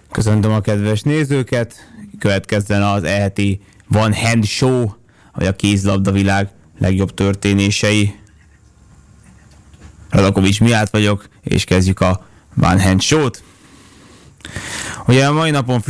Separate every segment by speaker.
Speaker 1: Köszöntöm a kedves nézőket, következzen az e-heti One Hand Show, vagy a kézlabda világ legjobb történései. Radakovics Mihály vagyok, és kezdjük a One Hand Show-t. Ugye a mai napon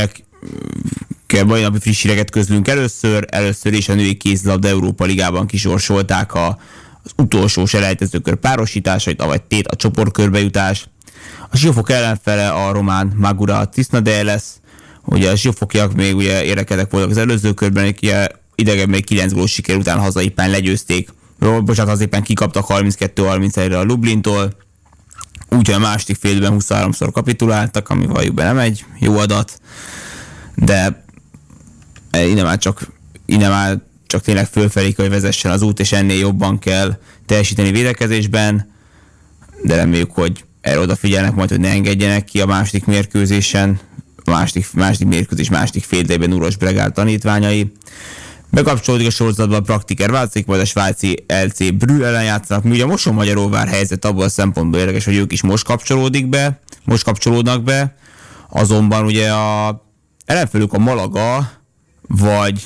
Speaker 1: mai napi friss híreket közlünk először is a női kézlabda Európa Ligában kisorsolták az utolsó selejtezőkör párosításait, avagy a csoportkörbe-jutás. A Siófok ellenfele a román Magura Tisnadel lesz. Ugye a siófokiak még ugye érdekeltek voltak az előző körben, idegen még 9 gól siker után hazai pályán legyőzték. Hazai pályán kikaptak 32-31-re a Lublintól. Úgyhogy a második fél időben 23-szor kapituláltak, ami valljuk be nem egy jó adat. De innen már csak tényleg fölfelé kell, hogy vezessen az út, és ennél jobban kell teljesíteni védekezésben. De reméljük, hogy erre odafigyelnek majd, hogy ne engedjenek ki a második mérkőzésen, második fél időben Uros Bregál tanítványai. Bekapcsolódik a sorozatba a Praktiker Vácik, majd a svájci LC Brühl ellen játszanak. Mi ugye a Mosonmagyaróvár helyzet abból a szempontból érdekes, hogy ők is most kapcsolódnak be, azonban ugye a ellenfelük a Malaga, vagy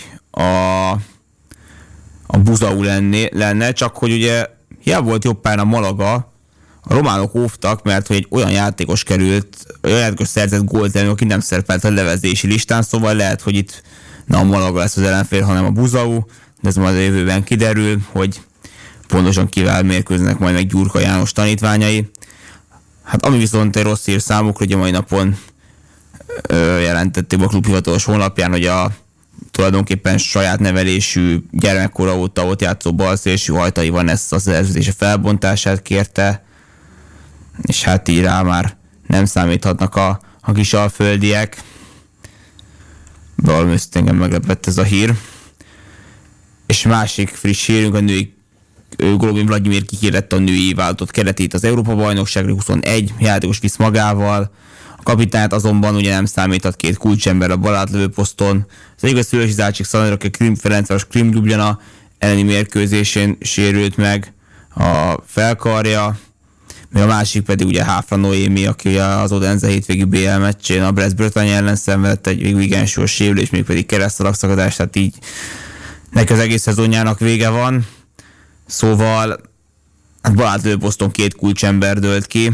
Speaker 1: a Buzau lenne, csak hogy ugye hiába volt jobb pályán a Malaga, a románok óvtak, mert hogy egy olyan játékos szerzett gólt elő, aki nem szerepelt a levezési listán, szóval lehet, hogy itt nem a Malaga lesz az ellenfél, hanem a Buzau, de ez majd a jövőben kiderül, hogy pontosan kivel mérkőznek majd meg Gyurka János tanítványai. Hát ami viszont egy rossz hír számukra, hogy a mai napon jelentették a klub hivatalos honlapján, hogy a tulajdonképpen saját nevelésű gyermekkora óta ott játszó balszélső Hajtai Vanessa a szerződése felbontását kérte, és hát így rá már nem számíthatnak a kisalföldiek. Valami engem meglepett ez a hír. És másik friss hírünk, a női Golovin Vladimir kihirdette a női válogatott keretét az Európa-bajnokságra, 21 játékos visz magával. A kapitányt azonban ugye nem számíthat két kulcsember a bal átlövő poszton. Az egyik a Szülősi Zácsik Szanra, aki a Krim Ferencváros Krim Ljubljana elleni mérkőzésén sérült meg a felkarja. A másik pedig ugye Háfra Noémi, aki az Odense hétvégi BL meccsén a Brest-Bretagne ellen szenvedett egy igen súlyos sérülés, még pedig keresztalagszakadás, tehát így neki az egész szezonjának vége van. Szóval hát balátlövő poszton két kulcsember dőlt ki.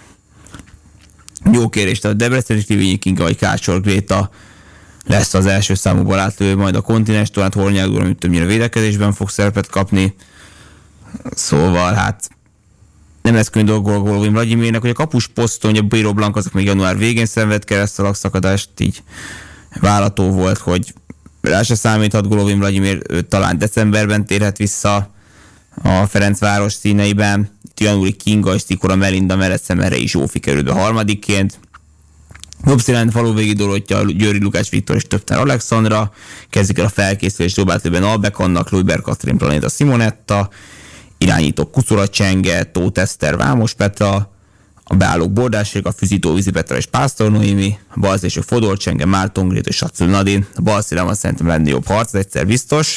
Speaker 1: Jó kérés, tehát Debrecen és Livényi Kinga vagy Kácsor Gréta lesz az első számú balátlövő, majd a kontinenstől, hát Hornyák Dóra, amit többnyire védekezésben fog szerepet kapni. Szóval hát nem lesz könnyű dolga Golovin Vladimirnek, hogy a kapus poszton, hogy a Bíró Blank azok még január végén szenved keresztalagszakadást, így várható volt, hogy rá se számíthat Golovin Vladimir, talán decemberben térhet vissza a Ferencváros színeiben. Janúri Kinga és Szikora Melinda mellett Szemerre is Zsófi került be harmadikként. Jobbszélen Faluvégi Dorottya, Győri Lukács Viktor és Többtár Alexandra. Kezdik el a felkészülést Dobátlőben Albek Annak, Lujber Katrin Planéta Simonetta, irányítók Kucora Csenge, Tóth Eszter, Vámos Petra, a beállók Bordásék, a Füzító Vízi Petra és Pásztor Noémi, a balszélsők Fodor Csenge, Márton Grét és Sacül Nadin. A balszélen van szerintem lenni jobb harc, egyszer biztos.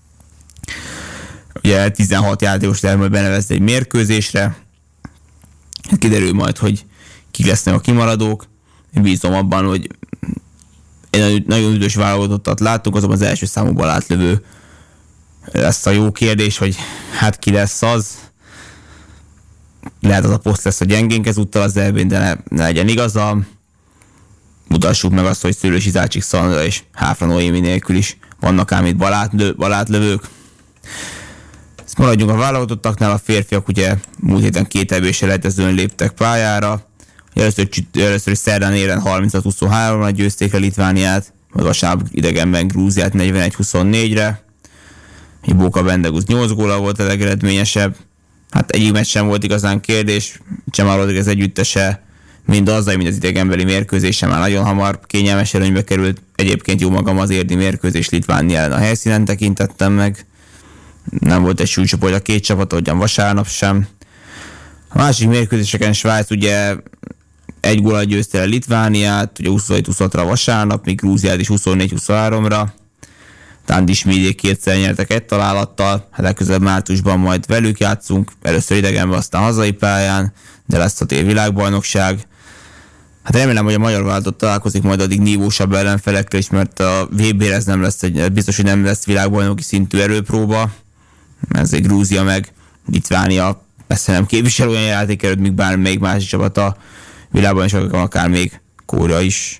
Speaker 1: Ugye 16 játékos lehet majd benevezni egy mérkőzésre. Kiderül majd, hogy kik lesznek a kimaradók. Én bízom abban, hogy egy nagyon üdvös válogatottat láttuk, azonban az első számú balátlövő lesz a jó kérdés, hogy hát ki lesz az. Lehet az a poszt lesz a gyengénk ezúttal az elbén, de ne legyen igaza. Mutassuk meg azt, hogy Szőlősi Zácsik Szandra és Háfra Noémi nélkül is vannak ám itt balátlövők. Ezt maradjunk a válogatottaknál, a férfiak ugye múlt héten 2 EB-selejtezőn léptek pályára. Először is szerdán éren 36-23-ra győzték a Litvániát, majd vasárnap idegenben Grúziát 41-24-re. Bóka Bendegúz 8 góla volt a legeredményesebb. Hát egyik meccs sem volt igazán kérdés. Csemar Rodriguez együttese mind azzal, mint az idegenbeli mérkőzése már nagyon hamar kényelmes előnybe került. Egyébként jó magam az érdi mérkőzés Litvánia ellen a helyszínen tekintettem meg. Nem volt egy súlycsoport a két csapat, ahogyan vasárnap sem. A másik mérkőzéseken Svájc ugye 1 góllal győzte el Litvániát, ugye 27-26-ra vasárnap, míg Grúziát is 24-23-ra. Tándismédiék kétszer nyertek egy találattal, hát legközelebb márciusban majd velük játszunk, először idegenben, aztán hazai pályán, de lesz a tél világbajnokság. Hát remélem, hogy a magyar válogatott találkozik majd addig nívósabb ellenfelekkel is, mert a VB-re ez nem lesz biztos, hogy nem lesz világbajnoki szintű erőpróba. Ezért Grúzia meg Litvánia messze nem képvisel olyan játékerőt, míg bármelyik másik csapat a világbajnokságokon, akár még Korea is.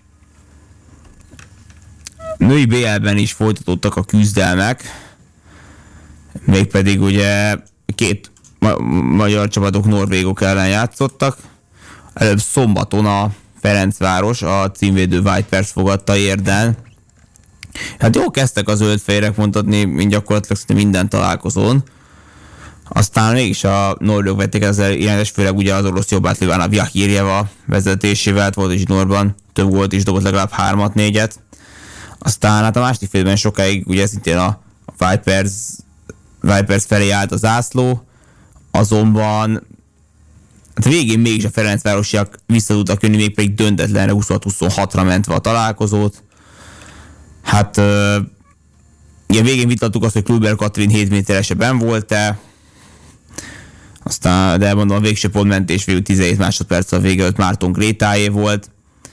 Speaker 1: Női BL-ben is folytatódtak a küzdelmek, mégpedig ugye két magyar csapatok norvégok ellen játszottak. Előbb szombaton a Ferencváros a címvédő Vipers fogadta Érden. Hát jól kezdtek a zöldfehérek mondhatni, mint gyakorlatilag minden találkozón. Aztán mégis a norvégok vették ezzel irányos, főleg ugye az orosz jobbát Livana Vyahirjeva vezetésével, volt is Norban, több gólt is dobott, legalább 3-4-et. Aztán hát a második félben sokáig ugye szintén a Vipers felé állt a zászló, azonban hát a végén mégis a Ferencvárosiak vissza tudtak jönni, mégpedig döntetlenre 26-26-ra mentve a találkozót. Hát ugye végén vitattuk azt, hogy Kluber Katrin 7 méteresebben volt-e, aztán, de elmondom, a végső pontmentés végül 17 másodperc a vége előtt Márton Grétáé volt.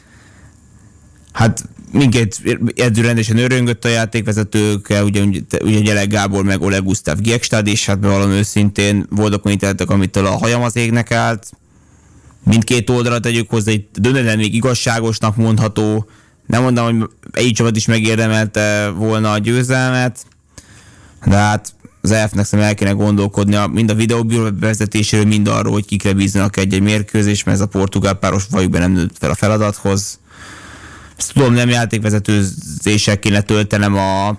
Speaker 1: Hát mindkét edző rendesen öröngött a játékvezetőkkel, ugye Gyerek Gábor meg Oleg Gusztáv Giekstad, és hát bevallom őszintén voltak olyan ítéletek, amitől a hajam az égnek állt. Mindkét oldalra tegyük hozzá, itt döntően még igazságosnak mondható. Nem mondom, hogy egy csapat is megérdemelte volna a győzelmet, de hát az ELF-nek el kéne gondolkodnia mind a videóbíró vezetéséről, mind arról, hogy kikre bíznak egy mérkőzés, mert ez a portugál páros valljuk be nem nőtt fel a feladathoz. Ezt tudom, nem játékvezetőzéssel kéne töltenem a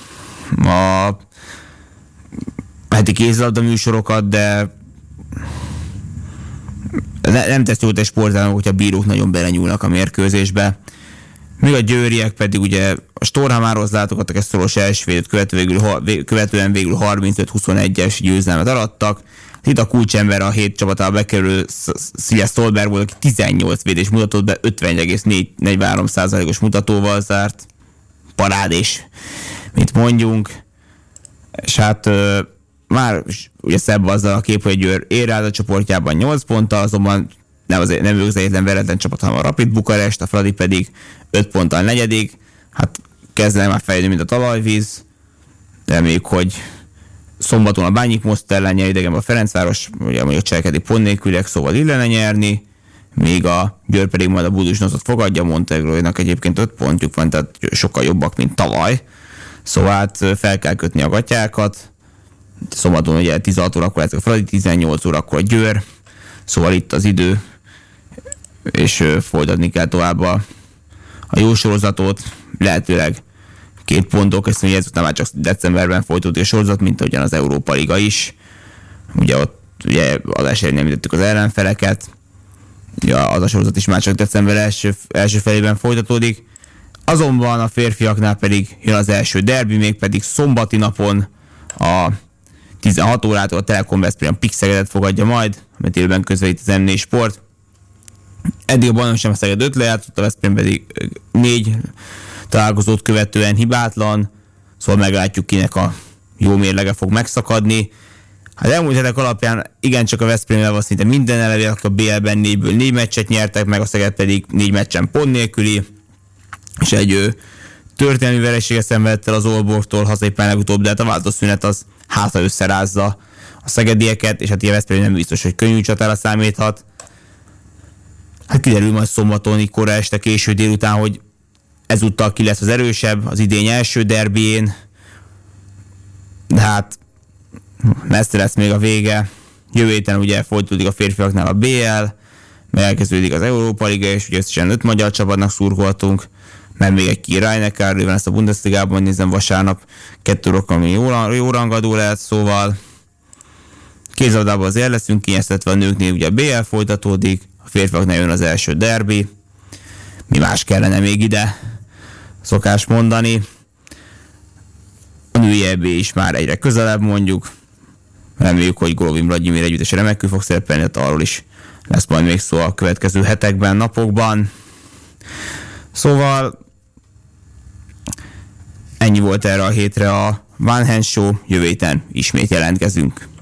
Speaker 1: heti kézilabda műsorokat, de nem tesz jót egy sportának, hogyha a bírók nagyon belenyúlnak a mérkőzésbe. Míg a győriek pedig ugye a Storhamárhoz látogattak, ezt szoros elsővédőt követően végül 35-21-es győzelmet arattak. Itt a kulcsember a 7 csapatával bekerülő Szilja Stolberg volt, aki 18 védés mutatott be, 50,43%-os mutatóval zárt. Parádés, mit mondjunk. És hát már ugye szebb azzal a kép, hogy Győr ér át a csoportjában 8 ponttal, azonban nem ők az egyetlen veretlen csapat, hanem a Rapid Bukarest, a Fradi pedig 5 ponttal negyedik. Hát kezdenek már fejlődni, mint a talajvíz. Reméljük, hogy szombaton a Bányik Most ellen nyer idegenben a Ferencváros, ugye mondjuk cselekedik pont nélküliek, szóval illene nyerni, míg a Győr pedig majd a Budusnoszot fogadja, Montegrónak egyébként 5 pontjuk van, tehát sokkal jobbak, mint tavaly. Szóval hát fel kell kötni a gatyákat. Szombaton ugye 16 órakor lesz a Fradi, 18 órakor a Győr, szóval itt az idő, és folytatni kell tovább a jó sorozatot, lehetőleg 2 pontok, ezt mondja, ezután már csak decemberben folytatódik a sorozat, mint ahogyan az Európa Liga is. Ugye ott ugye az esélynél említettük az ellenfeleket, ja, az a sorozat is már csak december első felében folytatódik. Azonban a férfiaknál pedig jön az első derbi, mégpedig szombati napon a 16 órától a Telekom Veszprém a Pixegedet fogadja majd, amit élőben közvetít az M4 Sport. Eddig a bajnokság Szeged 5 lejátszott, a Veszprém pedig 4 találkozót követően hibátlan, szóval meglátjuk, kinek a jó mérlege fog megszakadni. Hát elmúlt hetek alapján igencsak a Veszprémvel van szinte minden elevé, a BL-ben 4-ből 4 meccset nyertek meg, a Szeged pedig 4 meccsen pont nélküli, és egy történelmi vereséget szenvedett el az Aalborgtól hazai pályán legutóbb, de hát a váltószünet az hátra összerázza a szegedieket, és hát ilyen Veszprém nem biztos, hogy könnyű csatára számíthat. Hát kiderül majd szombaton, így kora este, késő délután, hogy ezúttal ki lesz az erősebb az idény első derbién, de hát messze lesz még a vége. Jövő héten ugye folytatódik a férfiaknál a BL, meg elkezdődik az Európa Liga, és ugye összesen 5 magyar csapatnak szurkoltunk, mert még egy Rhein-Neckar van, ezt a Bundesligában nézem vasárnap, 2 órakor, ami jó rangadó lehet, szóval kézilabdában azért leszünk kényeztetve, a nőknél ugye a BL folytatódik, a férfiaknál jön az első derbi, mi más kellene még ide, szokás mondani. A női EB is már egyre közelebb mondjuk, reméljük, hogy Golovin Vladimir együttes remekül fog szerepelni, tehát arról is lesz majd még szó a következő hetekben, napokban. Szóval ennyi volt erre a hétre a Van Hens Show, jövő héten ismét jelentkezünk.